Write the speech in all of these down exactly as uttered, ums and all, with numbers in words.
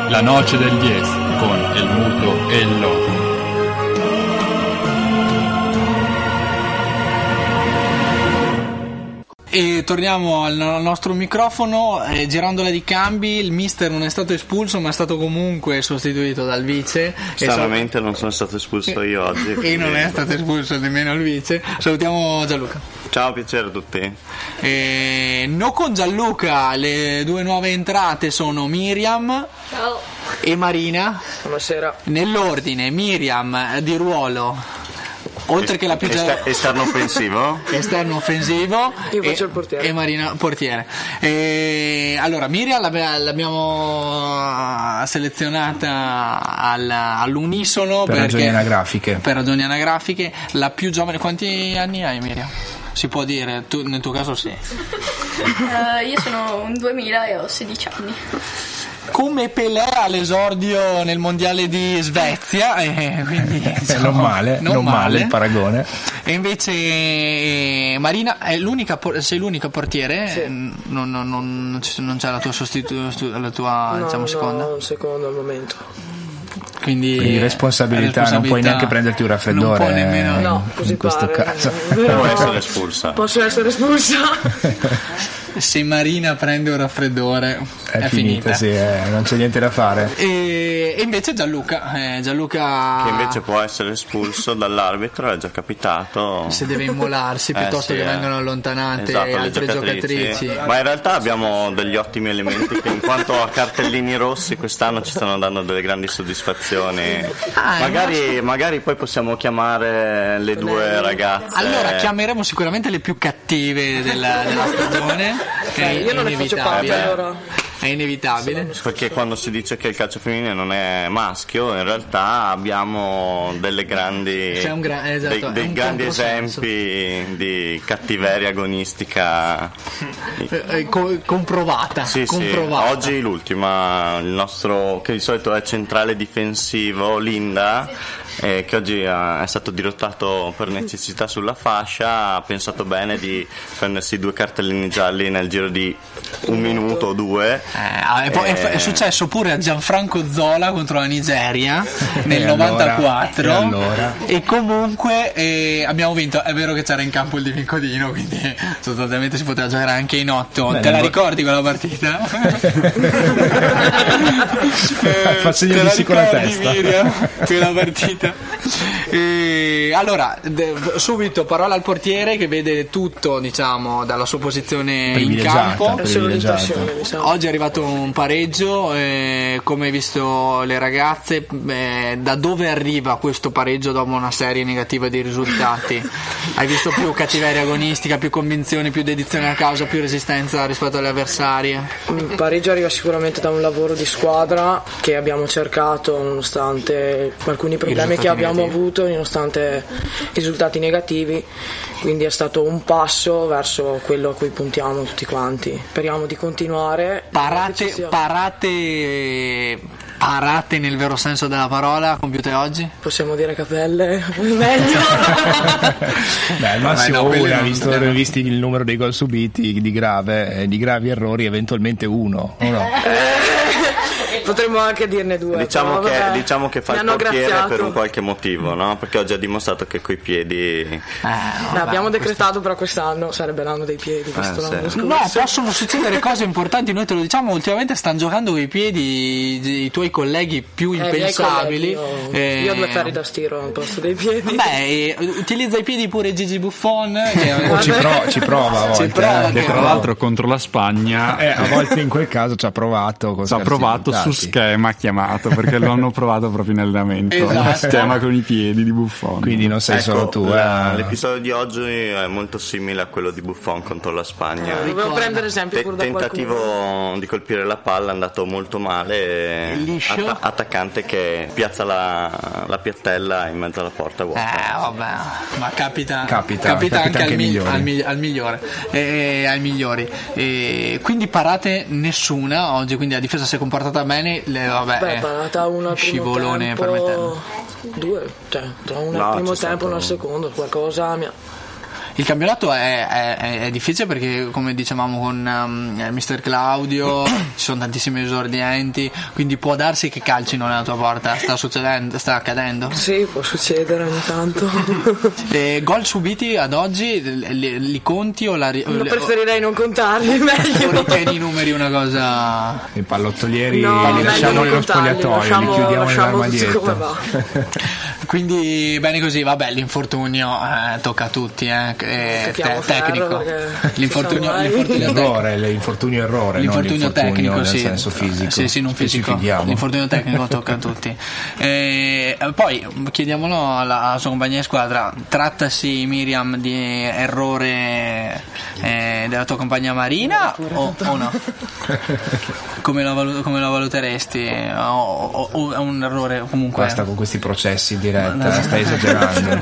La noce del diez con el muto e il loco. E torniamo al nostro microfono, eh, girandola di cambi. Il mister non è stato espulso, ma è stato comunque sostituito dal vice. Stranamente so- non sono stato espulso io oggi. E non è stato espulso nemmeno il vice. Salutiamo Gianluca. Ciao, piacere a tutti. E no, con Gianluca le due nuove entrate sono Miriam. Ciao. E Marina. Buonasera. Nell'ordine: Miriam di ruolo, oltre che la più Ester- esterno offensivo esterno offensivo io faccio e, il portiere e Marina portiere. E allora Miriam l'abbiamo selezionata al, all'unisono per perché, ragioni anagrafiche per ragioni anagrafiche la più giovane. Quanti anni hai, Miriam? Si può dire, tu, nel tuo caso sì. Uh, io sono un duemila e ho sedici anni. Come Pelé all'esordio nel mondiale di Svezia, e quindi, diciamo, non male, non, non male. male il paragone. E invece eh, Marina è l'unica, sei l'unica portiere, sì. non, non, non, non, c'è, non c'è la tua sostituzione, la tua no, diciamo, seconda? No, un secondo al momento. Quindi, Quindi responsabilità, responsabilità, non puoi neanche prenderti un raffreddore. Non puoi nemmeno, no, così in questo pare, caso. Devo essere espulsa. Posso essere espulsa. Se Marina prende un raffreddore è, è finita, finita, sì, eh, non c'è niente da fare. E, e invece Gianluca, eh, Gianluca che invece può essere espulso dall'arbitro, è già capitato. Se deve immolarsi piuttosto eh, sì, che vengano allontanate esatto, altre giocatrici. giocatrici. Ma in realtà abbiamo degli ottimi elementi che in quanto a cartellini rossi quest'anno ci stanno dando delle grandi soddisfazioni. Ah, magari, magari poi possiamo chiamare le due ragazze. Allora chiameremo sicuramente le più cattive della, della stagione. Che eh, io non ne faccio parte, allora. È inevitabile. Perché quando si dice che il calcio femminile non è maschio, in realtà abbiamo delle grandi, C'è un gra- esatto, dei, dei grandi esempi di cattiveria agonistica eh, co- comprovata. Sì, comprovata. Sì. Oggi l'ultima, il nostro, che di solito è centrale difensivo, Linda, eh, che oggi è stato dirottato per necessità sulla fascia, ha pensato bene di prendersi due cartellini gialli nel giro di un minuto o due. Eh, è, poi, eh, è successo pure a Gianfranco Zola contro la Nigeria nel e novantaquattro allora, e, allora. e comunque eh, abbiamo vinto. È vero che c'era in campo il Di Vincodino, quindi sostanzialmente si poteva giocare anche in otto. Beh, te la ricordi quella partita? Fa segno di sì con la testa. Miriam, quella partita. E allora de- subito parola al portiere che vede tutto, diciamo, dalla sua posizione in campo. Oggi è arrivato un pareggio, eh, come hai visto le ragazze, eh, da dove arriva questo pareggio dopo una serie negativa di risultati? Hai visto più cattiveria agonistica, più convinzione, più dedizione alla causa, più resistenza rispetto alle avversarie? Il pareggio arriva sicuramente da un lavoro di squadra che abbiamo cercato nonostante alcuni problemi che abbiamo negativi. avuto, nonostante i risultati negativi, quindi è stato un passo verso quello a cui puntiamo tutti quanti. Speriamo di continuare. Parate, parate, parate nel vero senso della parola compiute oggi? Possiamo dire capelle? Meglio. Beh, al massimo Beh, no, una, non visto dobbiamo... visti il numero dei gol subiti di grave, di gravi errori, eventualmente uno, o no? Potremmo anche dirne due. Diciamo, però, che, vabbè, diciamo che fa il portiere per un qualche motivo, no? Perché oggi ha dimostrato che coi piedi. Eh, no, abbiamo decretato però quest'anno sarebbe l'anno dei piedi. Questo eh, l'anno sì. No, possono succedere cose importanti, noi te lo diciamo. Ultimamente stanno giocando coi piedi i, i tuoi colleghi più impensabili. Eh, colleghi, io, eh, io ho due ferri da stiro al posto dei piedi. Beh, utilizza i piedi pure Gigi Buffon. Che ci, pro- ci prova a volte. Ci prova, eh, che tra prova. l'altro contro la Spagna eh, a volte in quel caso ci ha provato. Con ci ha provato su schema chiamato, perché lo hanno provato proprio in allenamento. Esatto. Schema con i piedi di Buffon. Quindi non sei ecco, solo tu. La, eh. l'episodio di oggi è molto simile a quello di Buffon contro la Spagna. Dovevo prendere esempio pure da tentativo qualcuno. di colpire la palla è andato molto male. Liscio. Att- attaccante che piazza la, la piattella in mezzo alla porta vuota. Eh, vabbè, ma capita, Capita, capita, capita anche, anche al, mi- migliori. al, mi- al migliore, eh, ai migliori. E quindi parate nessuna oggi, quindi la difesa si è comportata bene. Le, vabbè, Beh, parata una al primo scivolone tempo, permettendo. due, cioè tra una No, al primo c'è tempo e stato- una al secondo, qualcosa mi ha... Il campionato è, è, è difficile perché, come dicevamo con um, mister Claudio, ci sono tantissimi esordienti, quindi può darsi che calcino nella tua porta. Sta succedendo, sta accadendo? Sì, può succedere ogni tanto. E gol subiti ad oggi li, li conti o la ri- non preferirei non contarli, meglio. O ritieni i numeri una cosa? I pallottolieri no, li lasciamo nello spogliatoio, lasciamo, li chiudiamo nell'armadietto. Come va. Quindi bene così, vabbè, l'infortunio eh, tocca a tutti, eh, eh, te- tecnico. L'infortunio, l'infortunio errore, l'infortunio errore, l'infortunio non tecnico, nel sì. senso fisico. Sì, sì, non fisico. L'infortunio tecnico tocca a tutti. E poi chiediamolo alla, alla sua compagnia di squadra, trattasi Miriam di errore eh, della tua compagna Marina o, o no? Come la, valut- come la valuteresti? O, o, o è un errore comunque? Basta con questi processi in diretta, stai esagerando.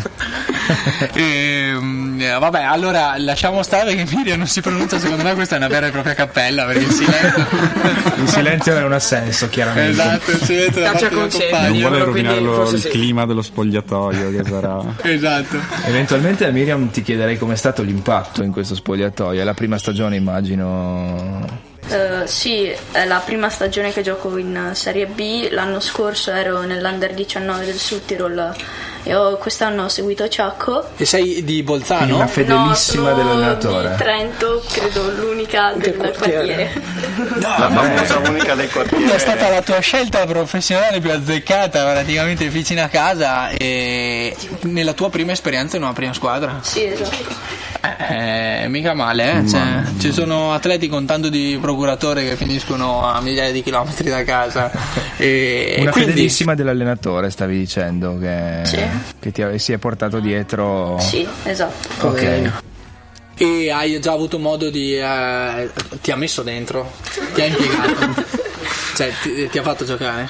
e, vabbè, allora lasciamo stare che Miriam non si pronuncia, secondo me questa è una vera e propria cappella, perché il silenzio il silenzio non ha senso, chiaramente. Esatto, il silenzio da parte del compagno. Non vuole rovinare il sì. clima dello spogliatoio che sarà. Esatto. Eventualmente a Miriam ti chiederei com'è stato l'impatto in questo spogliatoio. È la prima stagione, immagino. Uh, sì, è la prima stagione che gioco in Serie B. L'anno scorso ero nell'Under diciannove del Südtirol e ho, quest'anno ho seguito Ciacco. E sei di Bolzano? Una fedelissima no, dell'allenatore. Di Trento, credo l'unica del, del quartiere. No, la famosa unica del quartiere. È stata la tua scelta professionale più azzeccata, praticamente vicina a casa e nella tua prima esperienza in una prima squadra. Sì, esatto. Eh, mica male, eh? Cioè, ci sono atleti con tanto di procuratore che finiscono a migliaia di chilometri da casa. E una quindi... fedelissima dell'allenatore, stavi dicendo che, sì. che ti si è portato dietro. Sì, esatto. Ok. E hai già avuto modo di eh, ti ha messo dentro, ti ha impiegato, cioè ti, ti ha fatto giocare.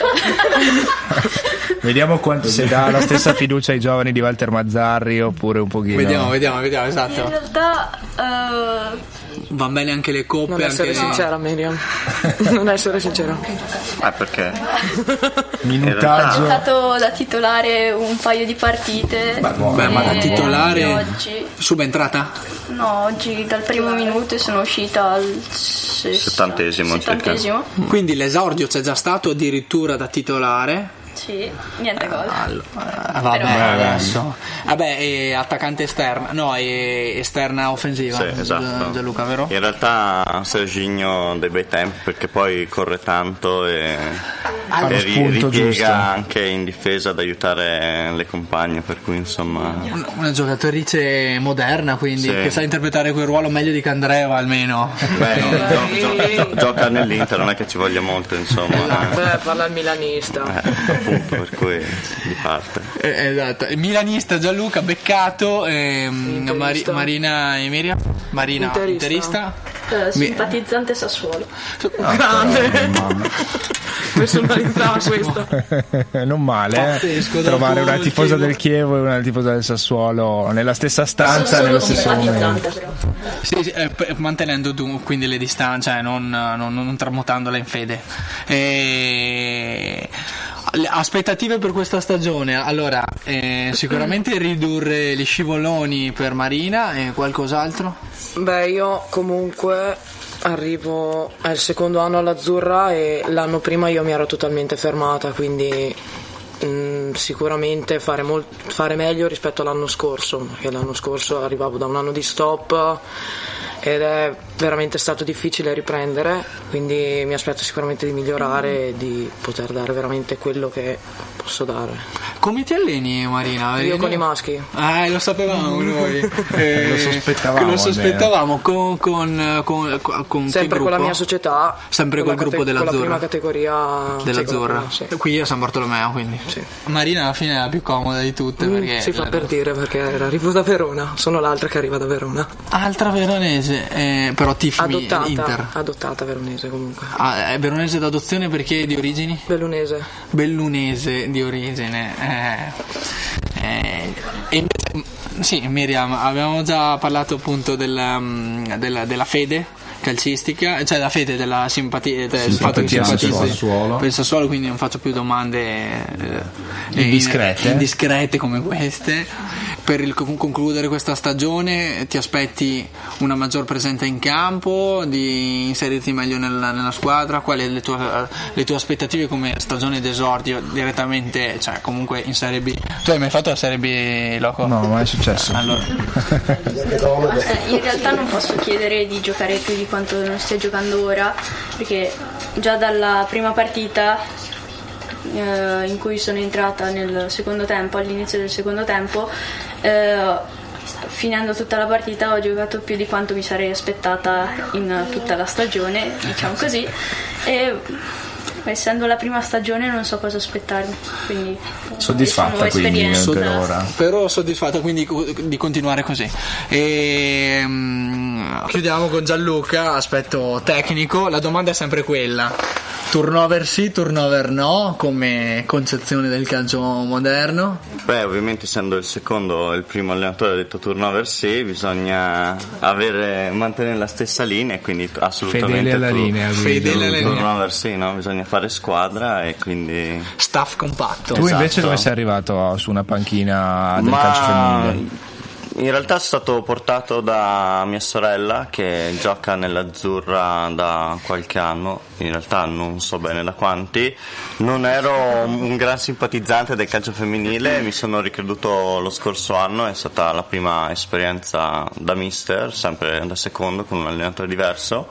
Vediamo quanto se dà la stessa fiducia ai giovani di Walter Mazzarri oppure un pochino. Vediamo, vediamo, vediamo, esatto. In realtà uh... van bene anche le coppe. Non essere anche sincera, Miriam. Non essere sincera. Ah, perché? Minutaggio. Ho giocato da titolare un paio di partite. Beh, beh, ma da titolare oggi. Subentrata? No, oggi dal primo minuto sono uscita al settantesimo. settantesimo. Quindi l'esordio c'è già stato addirittura da titolare. Sì, niente gol. Allora, vabbè, Però... adesso. Vabbè, è attaccante esterna, no, è esterna offensiva. Sì, esatto. Gianluca, vero? In realtà Serginho dei bei tempi perché poi corre tanto e, ah, e ri- ripiega giusto. anche in difesa ad aiutare le compagne, per cui insomma una, una giocatrice moderna, quindi sì. che sa interpretare quel ruolo meglio di Candreva almeno. Beh, no, gio- gio- gio- gioca nell'Inter, non è che ci voglia molto, insomma. Esatto, eh, parla il milanista. Eh, appunto, per cui di parte. Eh, esatto, milanista Gianluca beccato, ehm, Mari- Marina e Miriam. Marina interista, interista. Eh, simpatizzante Sassuolo. Oh, grande. Personalizzava questo. Non male, pazzesco, eh? Trovare una tifosa Chievo. del Chievo e una tifosa del Sassuolo nella stessa stanza, nello stesso momento. Sì, sì, eh, p- mantenendo tu, quindi le distanze, cioè non, non, non tramutandola in fede. E... Le aspettative per questa stagione, allora eh, sicuramente ridurre gli scivoloni per Marina e qualcos'altro? Beh, io comunque arrivo al secondo anno all'Azzurra e l'anno prima io mi ero totalmente fermata, quindi mh, sicuramente fare, molt- fare meglio rispetto all'anno scorso, perché l'anno scorso arrivavo da un anno di stop ed è veramente stato difficile riprendere, quindi mi aspetto sicuramente di migliorare e di poter dare veramente quello che posso dare. Come ti alleni, Marina? Io con i maschi. Eh, lo sapevamo noi. Eh, lo sospettavamo. Lo sospettavamo con, con, con, con sempre con la mia società. Sempre col cate- gruppo dell'Azzurra. Con la prima categoria dell'Azzurra. Sì. Qui a San Bartolomeo, quindi. Sì. Marina alla fine è la più comoda di tutte. Mm, perché si fa per dire perché arrivo da Verona. Sono l'altra che arriva da Verona. Altra veronese, eh, però tifi Adottata, Inter. adottata veronese comunque. Ah, è veronese d'adozione perché di origini? Bellunese. Bellunese di origine. Eh, eh, e invece, sì, Miriam, avevamo già parlato appunto della, della, della fede calcistica, cioè la fede della simpatia, del fatto che simpatizzi per il Sassuolo, quindi non faccio più domande eh, indiscrete. indiscrete come queste. per il, concludere questa stagione ti aspetti una maggior presenza in campo, di inserirti meglio nella, nella squadra? Quali le tue, le tue aspettative come stagione d'esordio direttamente, cioè comunque in Serie B? Tu hai mai fatto la Serie B, Loco? No, ma è successo. Allora. In realtà non posso chiedere di giocare più di quanto non stia giocando ora, perché già dalla prima partita eh, in cui sono entrata nel secondo tempo, all'inizio del secondo tempo, eh, finendo tutta la partita ho giocato più di quanto mi sarei aspettata in tutta la stagione, diciamo così, e essendo la prima stagione non so cosa aspettarmi, quindi soddisfatta quindi per ora. Però soddisfatta quindi di continuare così. E um, chiudiamo con Gianluca, aspetto tecnico. La domanda è sempre quella: turnover sì, turnover no, come concezione del calcio moderno? Beh, ovviamente essendo il secondo, il primo allenatore ha detto turnover sì, bisogna avere, mantenere la stessa linea, quindi assolutamente fedele alla tur- linea, fedele alla turnover sì, no? Bisogna fare squadra e quindi staff compatto. Tu esatto. Invece come sei arrivato su una panchina del Ma... calcio femminile? In realtà sono stato portato da mia sorella che gioca nell'Azzurra da qualche anno, in realtà non so bene da quanti. Non ero un gran simpatizzante del calcio femminile, mi sono ricreduto lo scorso anno, è stata la prima esperienza da mister, sempre da secondo con un allenatore diverso.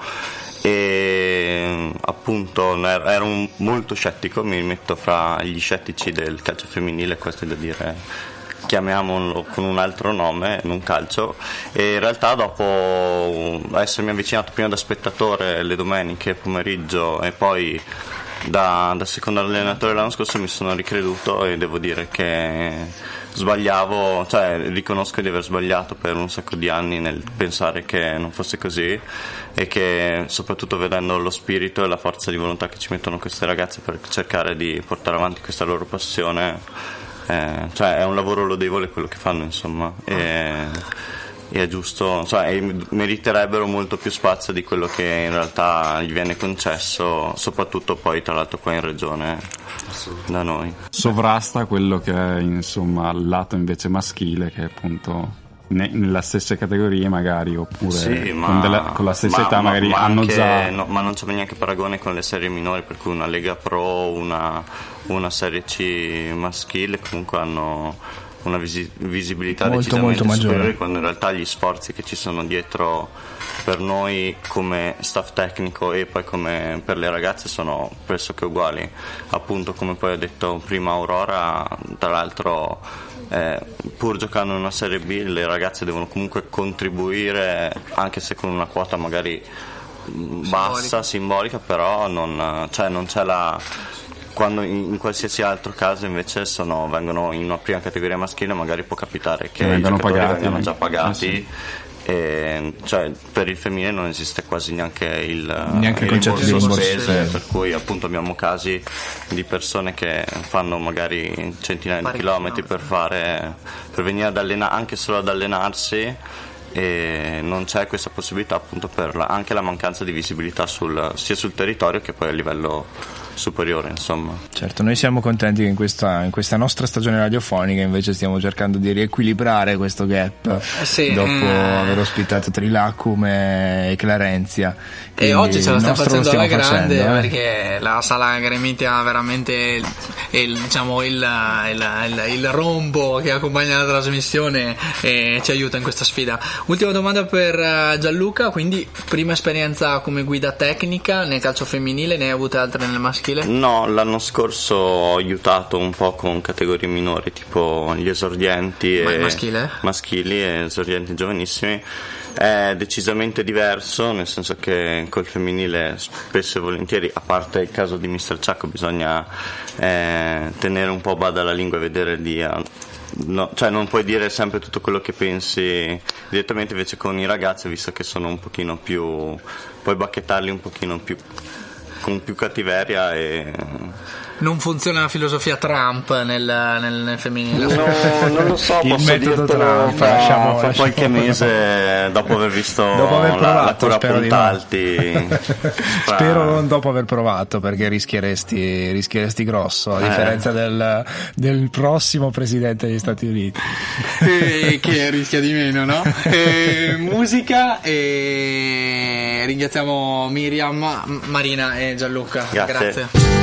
E appunto ero molto scettico, mi metto fra gli scettici del calcio femminile, questo è da dire, chiamiamolo con un altro nome, non calcio. E in realtà dopo essermi avvicinato prima da spettatore le domeniche pomeriggio e poi da, da secondo allenatore l'anno scorso mi sono ricreduto e devo dire che sbagliavo, cioè riconosco di aver sbagliato per un sacco di anni nel pensare che non fosse così, e che soprattutto vedendo lo spirito e la forza di volontà che ci mettono queste ragazze per cercare di portare avanti questa loro passione, Eh, cioè è un lavoro lodevole quello che fanno, insomma, e, e è giusto, cioè meriterebbero molto più spazio di quello che in realtà gli viene concesso, soprattutto poi tra l'altro qua in regione da noi. Sovrasta quello che è insomma il lato invece maschile, che è appunto ne, nella stessa categoria magari, oppure sì, ma, con, della, con la stessa ma, età magari ma hanno anche, già no, ma non c'è neanche paragone con le serie minori, per cui una Lega Pro, una, una Serie C maschile comunque hanno una visi- visibilità molto, decisamente molto superiore, maggiore, quando in realtà gli sforzi che ci sono dietro per noi come staff tecnico e poi come per le ragazze sono pressoché uguali. Appunto, come poi ha detto prima Aurora, tra l'altro eh, pur giocando in una Serie B le ragazze devono comunque contribuire, anche se con una quota magari bassa, simbolica, simbolica però non, cioè non c'è la... Quando in, in qualsiasi altro caso invece sono, vengono in una prima categoria maschile, magari può capitare che i giocatori pagati, vengano già pagati, eh sì. E, cioè, per il femminile non esiste quasi neanche il, neanche il concetto di rimborso spese, spese, per cui appunto abbiamo casi di persone che fanno magari centinaia di chilometri per fare, per venire ad allenare, anche solo ad allenarsi, e non c'è questa possibilità appunto per la, anche la mancanza di visibilità sul, sia sul territorio che poi a livello superiore, insomma. Certo, noi siamo contenti che in questa, in questa nostra stagione radiofonica invece stiamo cercando di riequilibrare questo gap, eh sì, dopo eh. aver ospitato Trilacum e Clarenzia. E oggi ce la stiamo facendo alla grande, facendo, eh? Perché la sala Gremiti ha veramente il, il, diciamo, il, il, il, il rombo che accompagna la trasmissione e ci aiuta in questa sfida. Ultima domanda per Gianluca, quindi prima esperienza come guida tecnica nel calcio femminile, ne hai avute altre nel maschile? No, l'anno scorso ho aiutato un po' con categorie minori, tipo gli esordienti Ma e maschile? maschili e esordienti giovanissimi. È decisamente diverso, nel senso che col femminile spesso e volentieri, a parte il caso di mister Ciacco, bisogna eh, tenere un po' bada alla lingua e vedere di... No, cioè non puoi dire sempre tutto quello che pensi direttamente, invece con i ragazzi, visto che sono un pochino più, puoi bacchettarli un pochino più con più cattiveria e... Non funziona la filosofia Trump nel, nel, nel femminile? No, non lo so, il posso dirtelo Trump, fra, lasciamo, fra lasciamo qualche mese dopo aver visto dopo aver provato, la, la tua spero di no. Alti, fra... Spero non dopo aver provato, perché rischieresti, rischieresti grosso, a eh. differenza del, del prossimo presidente degli Stati Uniti. E che rischia di meno, no? E musica, e ringraziamo Miriam, Marina e Gianluca. Grazie. Grazie.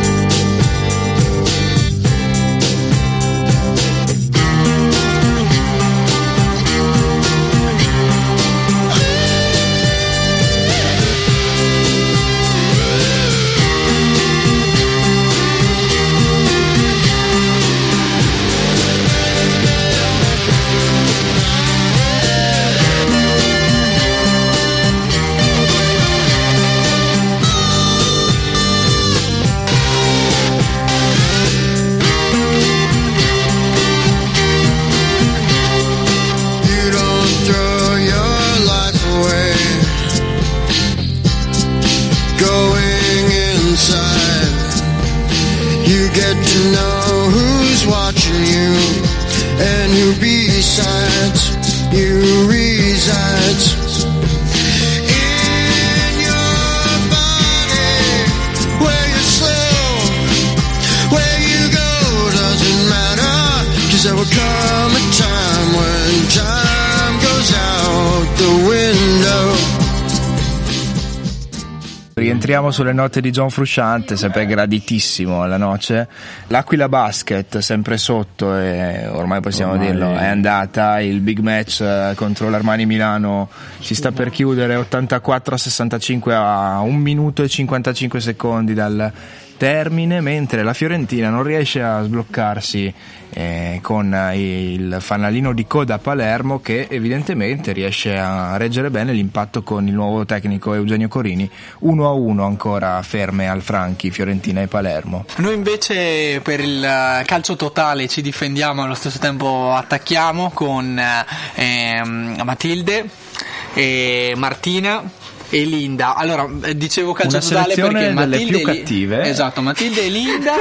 Rientriamo sulle note di John Frusciante, sempre graditissimo alla noce. L'Aquila Basket sempre sotto, e ormai possiamo ormai... dirlo, è andata. Il big match contro l'Armani Milano si sta per chiudere, ottantaquattro a sessantacinque a un minuto e cinquantacinque secondi dal termine, mentre la Fiorentina non riesce a sbloccarsi eh, con il fanalino di coda a Palermo, che evidentemente riesce a reggere bene l'impatto con il nuovo tecnico Eugenio Corini. Uno a uno ancora ferme al Franchi Fiorentina e Palermo. Noi invece per il calcio totale ci difendiamo, allo stesso tempo attacchiamo con eh, Matilde e Martina e Linda. Allora, dicevo calcio una totale perché Matilde più e cattive. Esatto, Matilde e Linda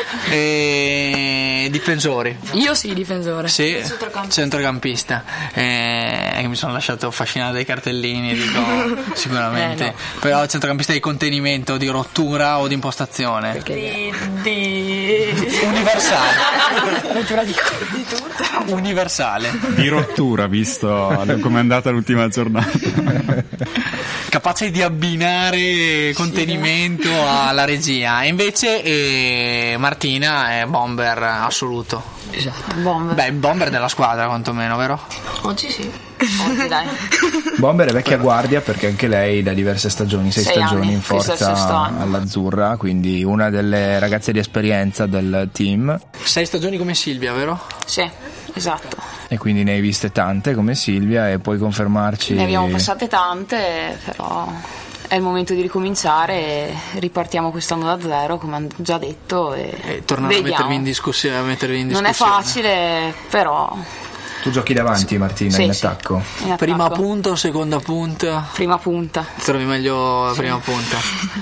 e difensori. Io sì, difensore. Sì, centrocampista, centrocampista. E... che mi sono lasciato affascinare dai cartellini, dico sicuramente. Eh, no. Però centrocampista di contenimento, di rottura o di impostazione? Di, di... universale. Non te la dico. Di tutto. Universale. Di rottura, visto come è andata l'ultima giornata. Capace di abbinare contenimento sì, alla regia. E invece eh, Martina è bomber assoluto. Esatto. Bomber. Beh, bomber della squadra quantomeno, vero? Oggi sì. Oggi dai. Bomber è vecchia guardia, perché anche lei da diverse stagioni, sei, sei stagioni anni, in forza all'Azzurra, quindi una delle ragazze di esperienza del team. Sei stagioni come Silvia, vero? Sì, esatto. E quindi ne hai viste tante come Silvia, e puoi confermarci? Ne abbiamo passate tante, però è il momento di ricominciare e ripartiamo quest'anno da zero, come ho già detto, e, e tornare a mettervi in discussione, a mettervi in discussione. Non è facile, però tu giochi davanti, Martina, sì, in, sì. attacco. in attacco. Prima punta o seconda punta? Prima punta. Trovi meglio sì. prima punta.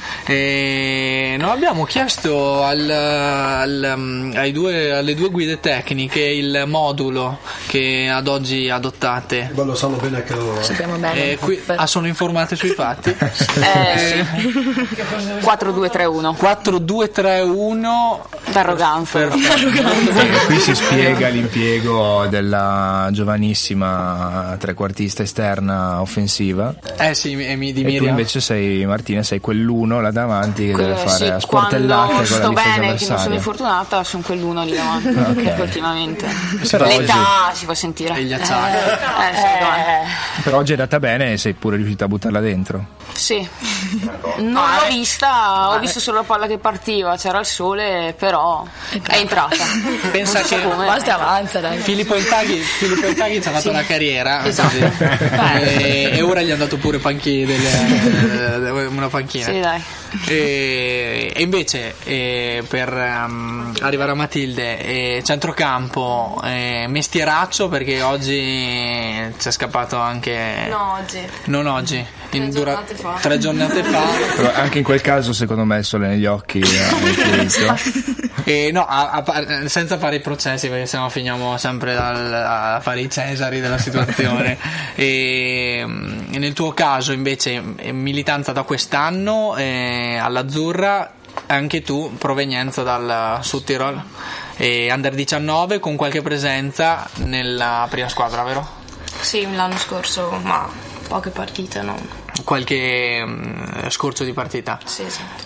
E non abbiamo chiesto al, al, ai due, alle due guide tecniche il modulo che ad oggi adottate. Ma lo sanno bene che loro. Sappiamo bene. E qui, ah, sono informate sui fatti? eh, sì. quattro due tre uno quattro due tre uno D'arroganza. E qui si spiega l'impiego della giovanissima trequartista esterna offensiva. Eh sì, e mi di E Miriam. tu invece sei, Martina, sei quell'uno là davanti che Quello, deve fare sì, a sportellate con la sto difesa bene, che non sono avversaria. infortunata, sono quell'uno lì davanti. Okay. Ultimamente. Però l'età oggi... si fa sentire. E gli acciacchi. Eh, eh, Però oggi è andata bene e sei pure riuscita a buttarla dentro. Sì, non l'ho vista, ho visto solo la palla che partiva, c'era il sole, però è entrata. Pensa che basta, avanza, dai. Filippo Intaghi, Filippo Intaghi ci ha fatto sì. una carriera, esatto. e, e ora gli hanno dato pure panchine, delle, una panchina. Sì, dai. E, e invece eh, per um, arrivare a Matilde, eh, centrocampo, eh, mestieraccio, perché oggi ci è scappato anche. No, oggi. Non oggi. In dura... fa. Tre giornate fa. Però anche in quel caso secondo me il sole negli occhi e no, a, a, senza fare i processi, perché sennò finiamo sempre dal, a fare i Cesari della situazione. e, e nel tuo caso invece militanza da quest'anno eh, all'Azzurra, anche tu provenienza dal Sud Tirol e under diciannove con qualche presenza nella prima squadra, vero? Sì, l'anno scorso, ma poche partite, no? Qualche um, scorcio di partita. Sì, esatto.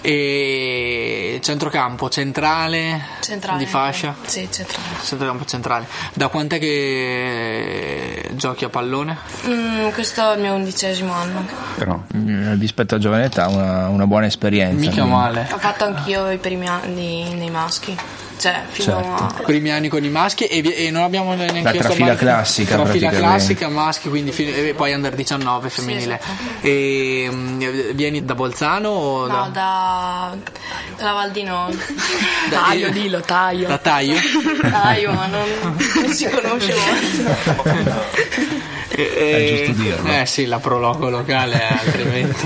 E centrocampo centrale, centrale di fascia? Sì, centrale. Centrocampo centrale. Da quant'è che giochi a pallone? Mm, questo è il mio undicesimo anno. Però rispetto a giovane età una, una buona esperienza. Mica male. Ho fatto anch'io i primi anni nei maschi. Cioè, fino certo. a... primi anni con i maschi e, e non abbiamo neanche la trafila classica, trafila classica maschi, quindi e poi under diciannove femminile. Sì, esatto. E um, vieni da Bolzano o no, da da dalla Val di Non. da, Taglio, dillo, taglio. Da Taglio? Taglio, ma non, non si conosce molto. E, è giusto dirlo. Eh sì, la prologo locale altrimenti.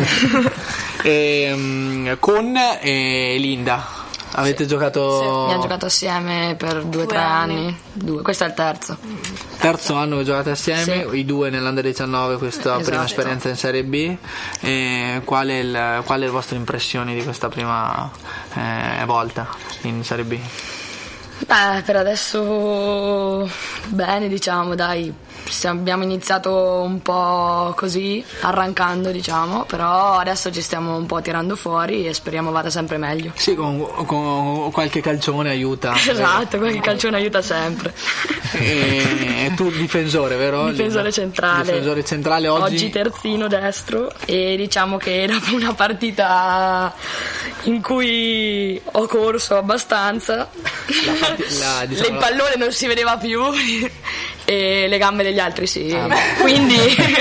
e, um, con eh, Linda avete sì. giocato? Sì, abbiamo giocato assieme per due o tre anni. anni. Due. Questo è il terzo. Terzo anno che giocate assieme, sì. I due nell'Under diciannove, questa esatto. prima esperienza in Serie B. E qual è il, qual è le vostre impressioni di questa prima eh, volta in Serie B? Beh, per adesso bene, diciamo, dai. Abbiamo iniziato un po' così, arrancando, diciamo, però adesso ci stiamo un po' tirando fuori e speriamo vada sempre meglio. Sì, con, con qualche calcione aiuta. Esatto, qualche calcione aiuta sempre. E, e tu difensore, vero? Difensore centrale. Difensore centrale oggi? Oggi terzino destro e diciamo che dopo una partita in cui ho corso abbastanza, la part- la, diciamo, il pallone non si vedeva più e le gambe degli altri sì, ah, quindi,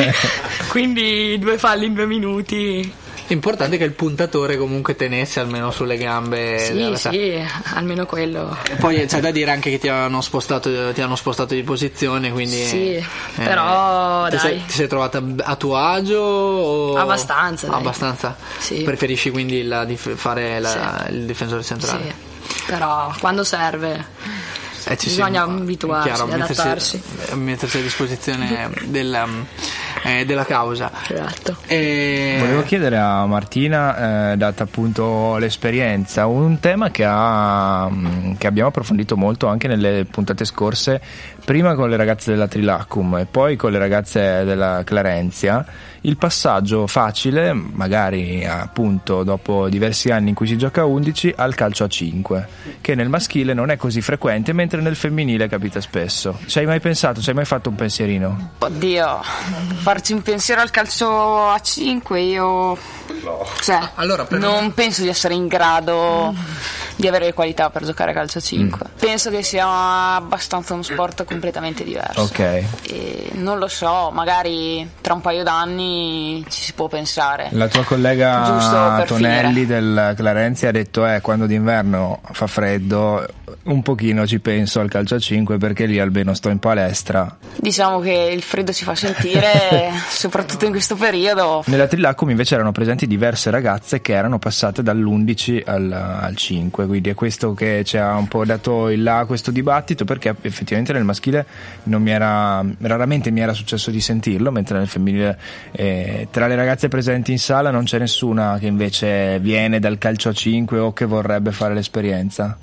quindi due falli in due minuti. L'importante è che il puntatore comunque tenesse almeno sulle gambe. Sì, sì, almeno quello. E poi c'è da dire anche che ti hanno spostato, ti hanno spostato di posizione, quindi sì, eh, però ti dai. Sei, ti sei trovata a tuo agio? O... Abbastanza. Dai. Abbastanza. Sì. Preferisci quindi la, fare la, sì. il difensore centrale? Sì, però quando serve. Eh, ci bisogna sì, abituarsi, chiaro, adattarsi, mettersi, mettersi a disposizione del, eh, della causa. Esatto. E... Volevo chiedere a Martina, eh, data appunto l'esperienza, un tema che, ha, che abbiamo approfondito molto anche nelle puntate scorse, prima con le ragazze della Trilacum e poi con le ragazze della Clarenzia, il passaggio facile, magari appunto dopo diversi anni in cui si gioca a undici, al calcio a cinque, che nel maschile non è così frequente, mentre nel femminile capita spesso. Ci hai mai pensato, ci hai mai fatto un pensierino? Oddio, farci un pensiero al calcio a cinque io... No. Cioè, allora, per... non penso di essere in grado di avere le qualità per giocare a calcio a cinque. Mm. Penso che sia abbastanza uno sport completamente diverso. Ok. E non lo so, magari tra un paio d'anni ci si può pensare. La tua collega Tonelli finire. del Clarenzia ha detto eh, quando d'inverno fa freddo un pochino ci penso al calcio a cinque perché lì almeno sto in palestra. Diciamo che il freddo si fa sentire soprattutto in questo periodo. Nella Trilacum invece erano presenti diverse ragazze che erano passate dall'undici al, al cinque, quindi è questo che ci ha un po' dato il là a questo dibattito, perché effettivamente nel maschile non mi era, raramente mi era successo di sentirlo, mentre nel femminile eh, tra le ragazze presenti in sala non c'è nessuna che invece viene dal calcio a cinque o che vorrebbe fare l'esperienza.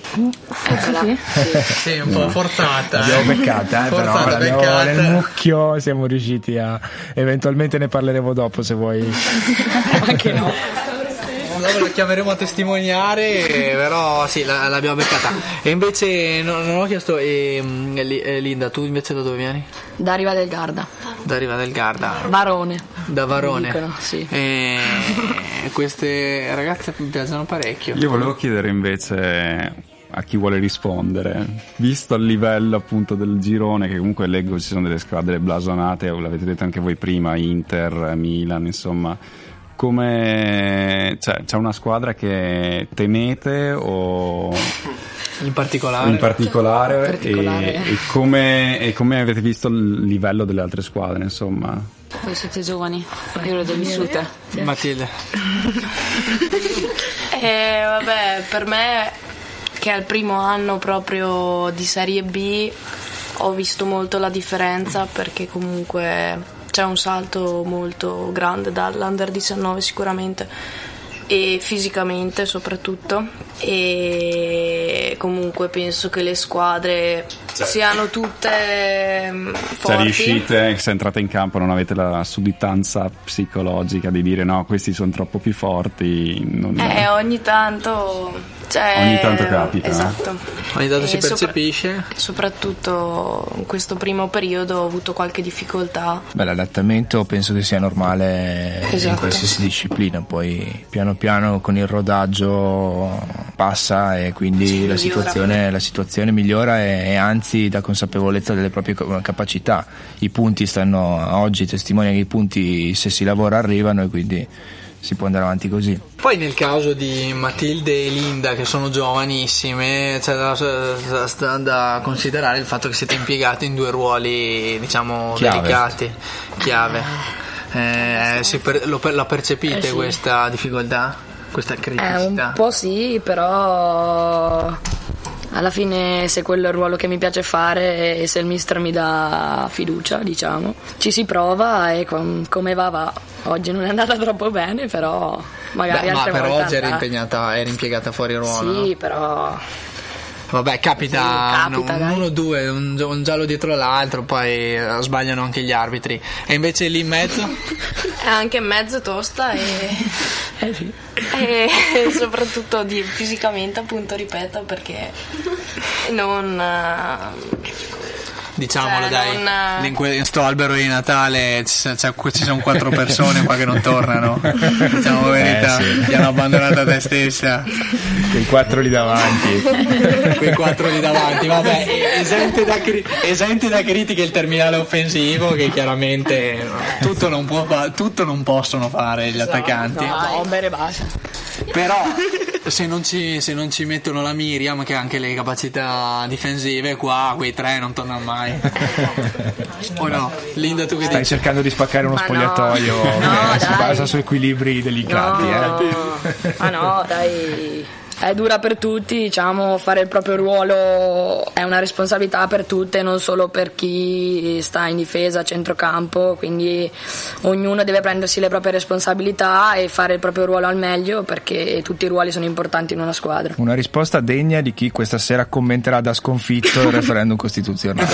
Sì, sì, un po' no. forzata. L'abbiamo beccata, eh, forzata, però l'abbiamo, beccata. Nel mucchio siamo riusciti a. Eventualmente ne parleremo dopo se vuoi. Anche no. Dopo la chiameremo a testimoniare, però sì, la, l'abbiamo beccata. E invece no, non ho chiesto, eh, Linda, tu invece da dove vieni? Da Riva del Garda. Da Riva del Garda. Varone. Da Varone. Dicono, sì. E queste ragazze mi piacciono parecchio. Io volevo chiedere invece a chi vuole rispondere, visto il livello appunto del girone, che comunque leggo ci sono delle squadre blasonate, l'avete detto anche voi prima, Inter, Milan, insomma, come cioè, c'è una squadra che temete o in particolare, in particolare, in particolare. E, e, come, e come avete visto il livello delle altre squadre, insomma? Voi siete giovani, io le ho vissute. Matilde. eh, vabbè, per me, che è il primo anno proprio di Serie B, ho visto molto la differenza, perché comunque c'è un salto molto grande dall'Under diciannove sicuramente, e fisicamente soprattutto, e comunque penso che le squadre siano tutte forti. Cioè riuscite, se entrate in campo non avete la sudditanza psicologica di dire no, questi sono troppo più forti, non... eh ogni tanto cioè, ogni tanto capita, esatto, ogni tanto e si percepisce, sopra- soprattutto in questo primo periodo ho avuto qualche difficoltà. Beh, l'adattamento penso che sia normale, esatto, in qualsiasi disciplina, poi piano piano con il rodaggio passa e quindi sì, la situazione, la situazione migliora e, e anzi dà consapevolezza delle proprie capacità. I punti stanno oggi, testimoniano che i punti, se si lavora, arrivano, e quindi si può andare avanti così. Poi nel caso di Matilde e Linda, che sono giovanissime, c'è da, da, da considerare il fatto che siete impiegate in due ruoli, diciamo, chiave, delicati, chiave. Eh, si per, lo, la percepite eh sì. questa difficoltà, questa criticità? Eh, un po' sì, però alla fine, se quello è il ruolo che mi piace fare e se il mister mi dà fiducia, diciamo, ci si prova, e com- come va va. Oggi non è andata troppo bene, però magari Beh, altre ma per volte oggi eri impegnata, eri impiegata fuori ruolo. Sì, no? però vabbè, capita, sì, capita un, uno o due, un, un giallo dietro l'altro, poi sbagliano anche gli arbitri. E invece lì in mezzo? È anche in mezzo tosta e, eh sì. e soprattutto di, fisicamente, appunto, ripeto, perché non... Diciamolo, cioè, dai, non... in questo albero di Natale ci, ci sono quattro persone qua che non tornano, diciamo la verità, eh, sì. Ti hanno abbandonato a te stessa. Quei quattro lì davanti. Quei quattro lì davanti, vabbè, esente da, cri- esente da critiche il terminale offensivo, che chiaramente tutto non, può fa- tutto non possono fare gli attaccanti. No, bene, basta. Però se non, ci, se non ci mettono la Miriam, che ha anche le capacità difensive, qua quei tre non tornano mai. O no? Linda, tu che stai dici? cercando di spaccare uno Ma spogliatoio no. che si No, basa su equilibri delicati, no. eh? Ma no, dai, è dura per tutti, diciamo, fare il proprio ruolo è una responsabilità per tutte, non solo per chi sta in difesa, a centrocampo, quindi ognuno deve prendersi le proprie responsabilità e fare il proprio ruolo al meglio, perché tutti i ruoli sono importanti in una squadra. Una risposta degna di chi questa sera commenterà da sconfitto il referendum costituzionale.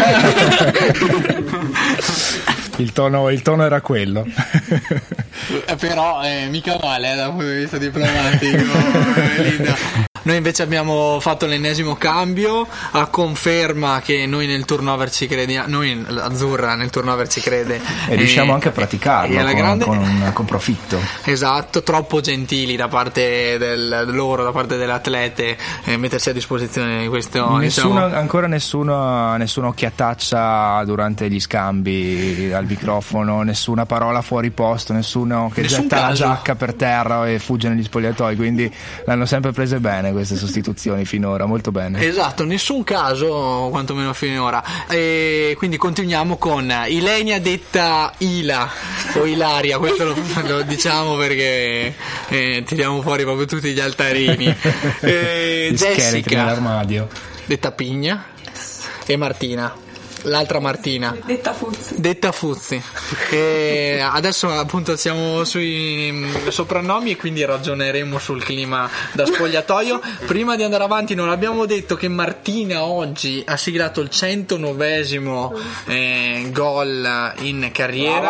Il tono, il tono era quello. Però eh, mica male eh, dal punto di vista diplomatico. Linda. Noi invece abbiamo fatto l'ennesimo cambio, a conferma che noi nel turnover ci crediamo, noi Azzurra nel turnover ci crede, e riusciamo e, anche a praticarlo con, grande... con, con profitto. Esatto, troppo gentili da parte del loro, da parte delle atlete, eh, mettersi a disposizione di questo. Nessuno, diciamo... ancora nessuno, nessuno occhiataccia durante gli scambi al microfono, nessuna parola fuori posto, nessuno che Nessun getta caso. la giacca per terra e fugge negli spogliatoi, quindi l'hanno sempre prese bene queste sostituzioni finora, molto bene. Esatto, nessun caso, quantomeno finora. E quindi continuiamo con Ilenia, detta Ila o Ilaria, questo lo, lo diciamo perché eh, tiriamo fuori proprio tutti gli altarini. E Jessica, nell'armadio, detta Pigna, e Martina, l'altra Martina, detta Fuzzi. Detta Fuzzi. E adesso appunto siamo sui soprannomi e quindi ragioneremo sul clima da spogliatoio. Prima di andare avanti, non abbiamo detto che Martina oggi ha siglato il centonovesimo eh, gol in carriera.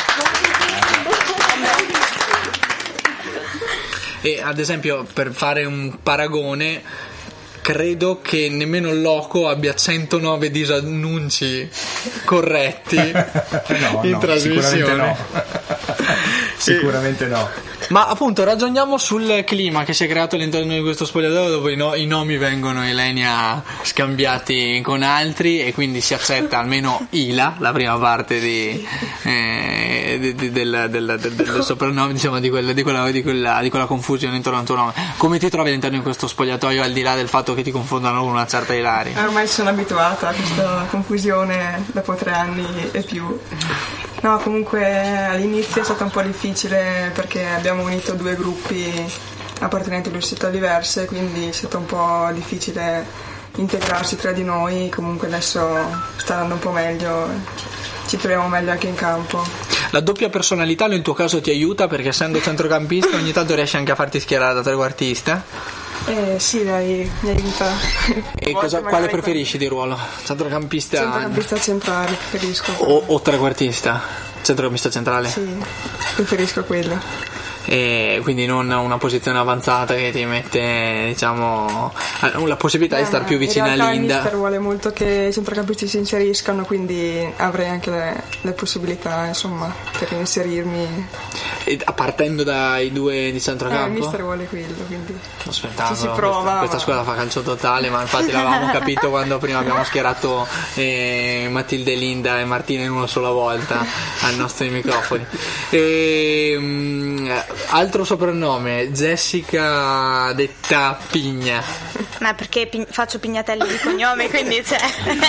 E ad esempio, per fare un paragone, credo che nemmeno il Loco abbia centonove disannunci corretti no, in no, trasmissione. Sicuramente no. Sicuramente no. Ma appunto ragioniamo sul clima che si è creato all'interno di questo spogliatoio, dove i, no- i nomi vengono Ilenia scambiati con altri e quindi si accetta almeno Ila, la prima parte di, eh, di, di, del, del, del, del soprannome, diciamo, di quella, di, quella, di, quella, di quella confusione intorno al tuo nome. Come ti trovi all'interno di questo spogliatoio, al di là del fatto che ti confondano con una certa Ilaria? Ormai sono abituata a questa confusione dopo tre anni e più. No, comunque all'inizio è stato un po' difficile perché abbiamo unito due gruppi appartenenti a università diverse, quindi è stato un po' difficile integrarsi tra di noi. Comunque adesso sta andando un po' meglio, ci troviamo meglio anche in campo. La doppia personalità nel tuo caso ti aiuta perché essendo centrocampista ogni tanto riesci anche a farti schierare da trequartista? Eh sì, dai, mi aiuta. E cosa, quale preferisci di ruolo? Centrocampista? Centrocampista centrale preferisco. O, o trequartista? Centrocampista centrale? Sì, preferisco quello. E quindi non una posizione avanzata che ti mette, diciamo, la possibilità eh, di stare più vicina a Linda. In realtà il mister vuole molto che i centrocampisti si inseriscano, quindi avrei anche le, le possibilità, insomma, per inserirmi. E partendo dai due di centrocampo? Eh, il mister vuole quello, quindi spettacolo. ci si prova. Questa, questa squadra fa calcio totale, ma infatti l'avevamo capito quando prima abbiamo schierato eh, Matilde, Linda e Martina in una sola volta ai nostri microfoni. E, mh, altro soprannome, Jessica detta Pigna. Ma perché pig- faccio Pignatelli di cognome, quindi c'è.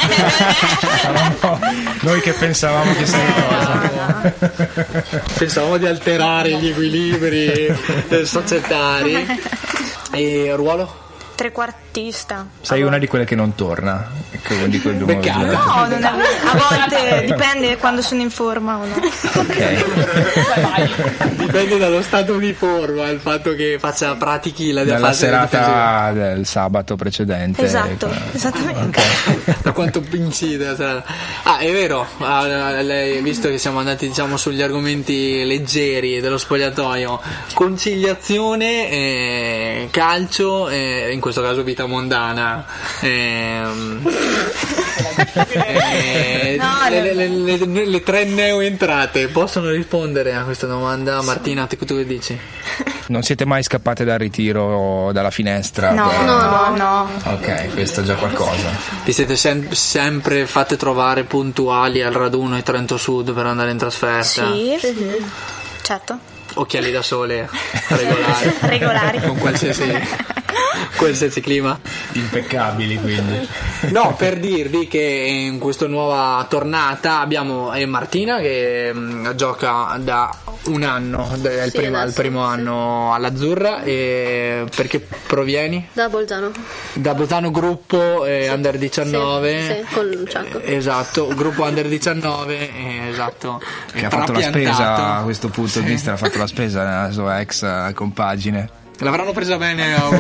Noi che pensavamo che sei cosa. Pensavamo di alterare gli equilibri societari. E ruolo? Trequartista. Sei allora una di quelle che non torna. Che di quel no, non è, a volte dipende quando sono in forma o no. Ok. Dipende dallo stato di forma, il fatto che faccia pratichi la dalla serata del sabato precedente. Esatto, ecco. esattamente. Okay. Da quanto incide. Cioè. Ah, è vero, lei, visto che siamo andati diciamo sugli argomenti leggeri dello spogliatoio, conciliazione, eh, calcio, eh, in questo caso vita mondana. Eh, eh, no, le, le, le, le, le tre neoentrate possono rispondere a questa domanda? Martina, tu che dici? Non siete mai scappate dal ritiro, dalla finestra? No, per... no, no, no. Ok, questo è già qualcosa. Vi siete sem- sempre fatte trovare puntuali al raduno e Trento Sud per andare in trasferta? Sì, mm-hmm. Certo. Occhiali da sole regolari. Regolari. Con qualsiasi, qualsiasi clima. Impeccabili, quindi. No, per dirvi che in questa nuova tornata abbiamo eh, Martina che mh, gioca da un anno, è il, sì, primo, il primo sì. anno all'Azzurra. E perché provieni? Da Bolzano. Da Bolzano, gruppo eh, sì. Under diciannove. Sì, sì, con Ciacco. Eh, esatto, gruppo Under diciannove, eh, esatto. Che ha fatto la spesa a questo punto di vista, ha fatto la spesa nella sua ex compagine. L'avranno presa bene a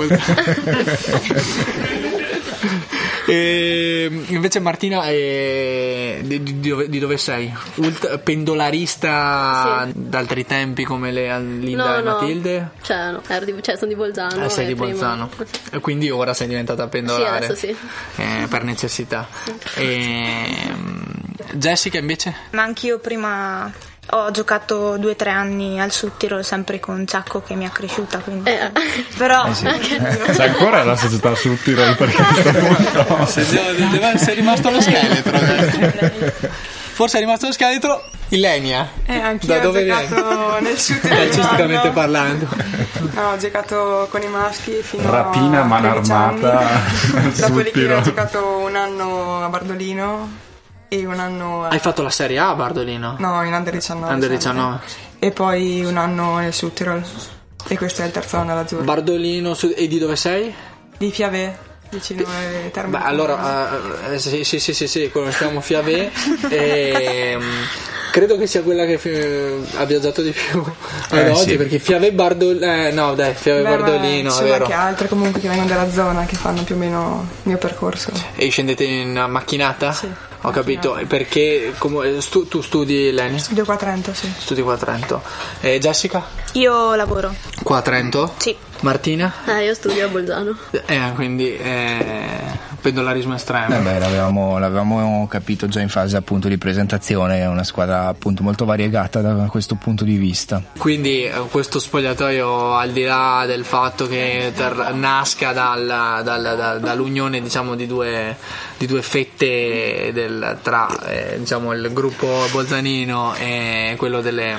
E invece Martina è... di, di, dove, di dove sei? Ult- pendolarista sì. d'altri tempi come le Linda no, e Matilde? No, cioè, no, di, cioè sono di Bolzano. Eh, sei di prima... Bolzano. E quindi ora sei diventata pendolare? Sì, adesso sì. Eh, per necessità. E... Jessica invece? Ma anch'io prima... Ho giocato due o tre anni al Sud Tirol sempre con Ciacco che mi ha cresciuta, quindi eh. però eh sì. eh. C'è ancora la società Sud Tirol perché no. se, deve, se è rimasto lo scheletro forse è rimasto lo scheletro Ilenia eh, anch'io da dove ho giocato viene? Nel Sud Tirol calcisticamente parlando no, ho giocato con i maschi fino rapina a mano armata dopodiché ho giocato un anno a Bardolino e un anno a... Hai fatto la Serie A a Bardolino? No, in Under diciannove. Under diciannove. E poi un anno nel Sud Tirol. E questo è il terzo anno all'Azzurra. Bardolino, e di dove sei? Di Fiave, vicino a Termini. Beh, allora, uh, sì, sì, sì, sì, sì, conosciamo Fiave. e... Credo che sia quella che f- ha viaggiato di più ad eh, oggi sì. Perché Fiave Bardolino eh, no dai Fiave Beh, Bardolino ci sono anche altre comunque che vengono dalla zona che fanno più o meno il mio percorso. E scendete in macchinata? Sì. Ho capito, perché come, stu, tu studi Leni? Studio qua a Trento, sì. Studi qua a Trento. E Jessica? Io lavoro. Qua a Trento? Sì. Martina? Eh, io studio a Bolzano. Eh, quindi eh, pendolarismo estremo. Eh beh, l'avevamo, l'avevamo capito già in fase appunto di presentazione, è una squadra appunto molto variegata da questo punto di vista. Quindi questo spogliatoio, al di là del fatto che ter- nasca dal, dal, dal, dall'unione diciamo di due, di due fette del, tra eh, diciamo il gruppo bolzanino e quello delle,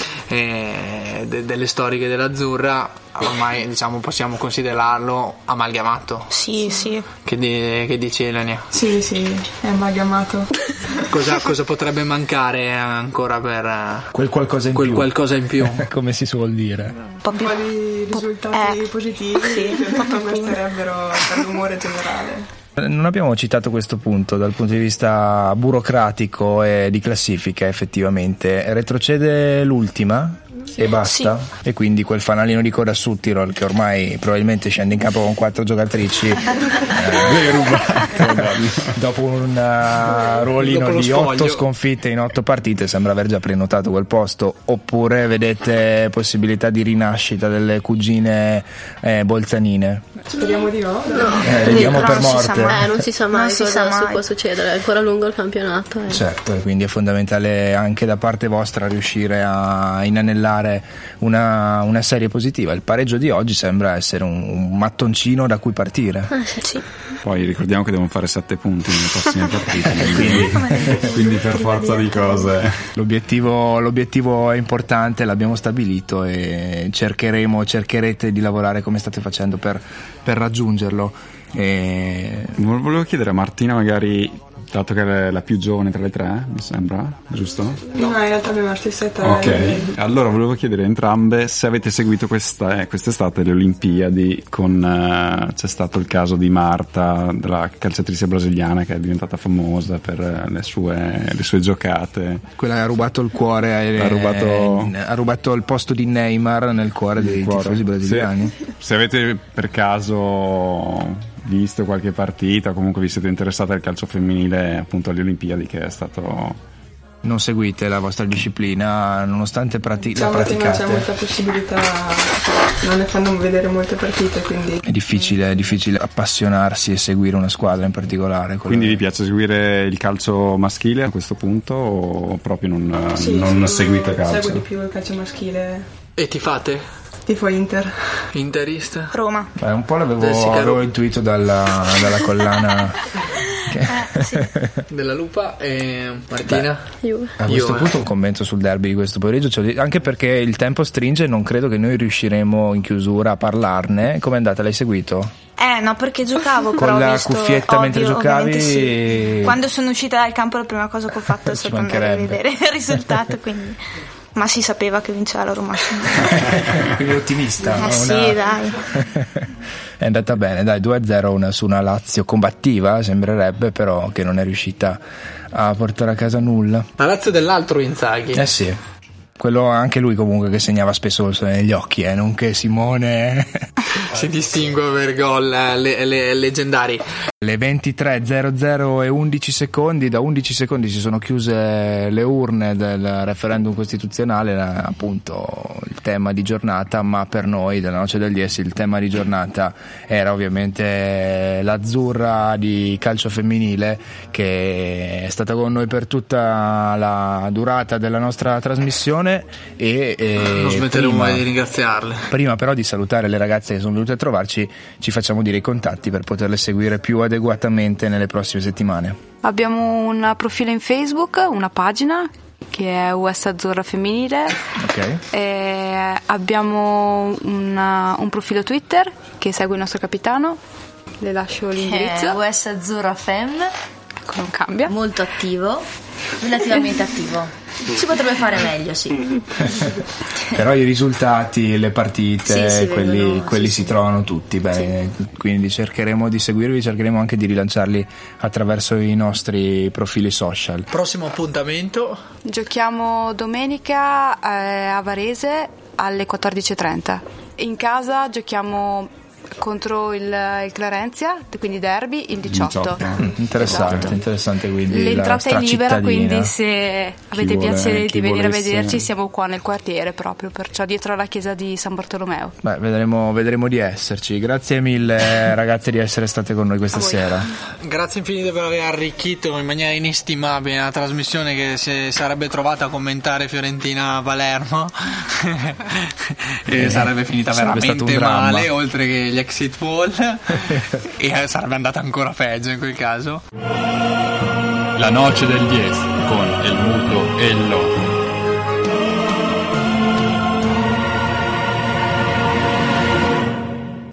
eh, de- delle storiche dell'Azzurra, ormai diciamo possiamo considerarlo amalgamato. Sì, sì. Che, di- che dici Elenia? Sì, sì, è amalgamato. cosa, cosa potrebbe mancare ancora per quel qualcosa in quel più, qualcosa in più. Come si suol dire, un po' di risultati eh. positivi sì. che basterebbero per l'umore generale. Non abbiamo citato questo punto dal punto di vista burocratico e di classifica. Effettivamente retrocede l'ultima e basta, sì. E quindi quel fanalino di coda Südtirol, che ormai probabilmente scende in campo con quattro giocatrici, eh, rubato, dopo un uh, ruolino dopo di otto sconfitte in otto partite, sembra aver già prenotato quel posto. Oppure vedete possibilità di rinascita delle cugine eh, bolzanine? Speriamo di no, no. Eh, vediamo per morte. Eh, non si sa mai non cosa si sa mai. Può succedere, è ancora lungo il campionato. Eh. Certo, e quindi è fondamentale anche da parte vostra riuscire a inanellare una, una serie positiva. Il pareggio di oggi sembra essere un, un mattoncino da cui partire. Ah, sì. Poi ricordiamo che devono fare sette punti nelle prossime partite, quindi, quindi per forza di cose l'obiettivo, l'obiettivo è importante, l'abbiamo stabilito e cercheremo, cercherete di lavorare come state facendo per, per raggiungerlo. E... volevo chiedere a Martina, magari, dato che è la più giovane tra le tre, mi sembra, giusto? No, no, in realtà abbiamo la stessa età. Ok, allora volevo chiedere a entrambe se avete seguito questa, eh, quest'estate le Olimpiadi, con eh, c'è stato il caso di Marta, della calciatrice brasiliana che è diventata famosa per le sue, le sue giocate. Quella che ha rubato il cuore, eh, ha, rubato... ha rubato il posto di Neymar nel cuore dei cuore. tifosi brasiliani. Se, se avete per caso visto qualche partita, comunque vi siete interessati al calcio femminile, appunto alle Olimpiadi, che è stato... Non seguite la vostra disciplina nonostante prati- diciamo la praticate? Che non c'è molta possibilità, non ne fanno vedere molte partite, quindi è difficile, è difficile appassionarsi e seguire una squadra in particolare. Quindi vi piace seguire il calcio maschile a questo punto o proprio non, sì, non sì, seguite calcio? Seguo di più il calcio maschile. E ti fate? Tifo Inter. Interista? Roma. Beh, un po' l'avevo, l'avevo intuito dalla, dalla collana che... eh, sì. della Lupa. E Martina? Beh, Juve. A questo Juve. punto un commento sul derby di questo pomeriggio, cioè, anche perché il tempo stringe e non credo che noi riusciremo in chiusura a parlarne. Com'è andata? L'hai seguito? Eh no, perché giocavo con però la ho visto, cuffietta ovvio, mentre giocavi sì. Quando sono uscita dal campo la prima cosa che ho fatto è stata andare a vedere il risultato, quindi... ma si sapeva che vinceva la Roma. Quindi ottimista. Eh una... sì, dai. È andata bene, dai, due a zero una, su una Lazio combattiva, sembrerebbe, però che non è riuscita a portare a casa nulla. La Lazio dell'altro Inzaghi. Eh sì. Quello anche lui comunque che segnava spesso negli occhi, eh, non che Simone si distingue per gol le, le, leggendari. Le ventitré zero zero e undici secondi, da undici secondi si sono chiuse le urne del referendum costituzionale, appunto il tema di giornata, ma per noi della Noce del Dies il tema di giornata era ovviamente l'azzurra di calcio femminile, che è stata con noi per tutta la durata della nostra trasmissione. E, e non smetteremo mai di ringraziarle. Prima però di salutare le ragazze che sono venute a trovarci, ci facciamo dire i contatti per poterle seguire più adeguatamente nelle prossime settimane. Abbiamo un profilo in Facebook, una pagina che è U S Azzurra Femminile. Okay. E abbiamo una, un profilo Twitter che segue il nostro capitano. Le lascio l'indirizzo. È U S Azzurra Fem. Ecco, non cambia. Molto attivo, relativamente attivo. Si potrebbe fare meglio, sì. Però i risultati, le partite, sì, quelli, vedono, quelli sì, si sì. trovano tutti bene, sì. Quindi cercheremo di seguirvi, cercheremo anche di rilanciarli attraverso i nostri profili social. Prossimo appuntamento? Giochiamo domenica eh, a Varese alle quattordici e trenta. In casa giochiamo contro il, il Clarenzia, quindi derby il diciotto. diciotto. Interessante, esatto. Interessante, quindi l'entrata la è libera, quindi se avete vuole, piacere di venire volesse... a vederci, siamo qua nel quartiere, proprio perciò dietro alla chiesa di San Bartolomeo. Beh, vedremo, vedremo di esserci. Grazie mille ragazze di essere state con noi questa sera. Grazie infinite per aver arricchito in maniera inestimabile la trasmissione che si sarebbe trovata a commentare Fiorentina-Palermo e eh, sarebbe finita sarebbe veramente male, oltre che gli exit poll e sarebbe andata ancora peggio in quel caso. La Noce del Dies con El Muto e il Loro.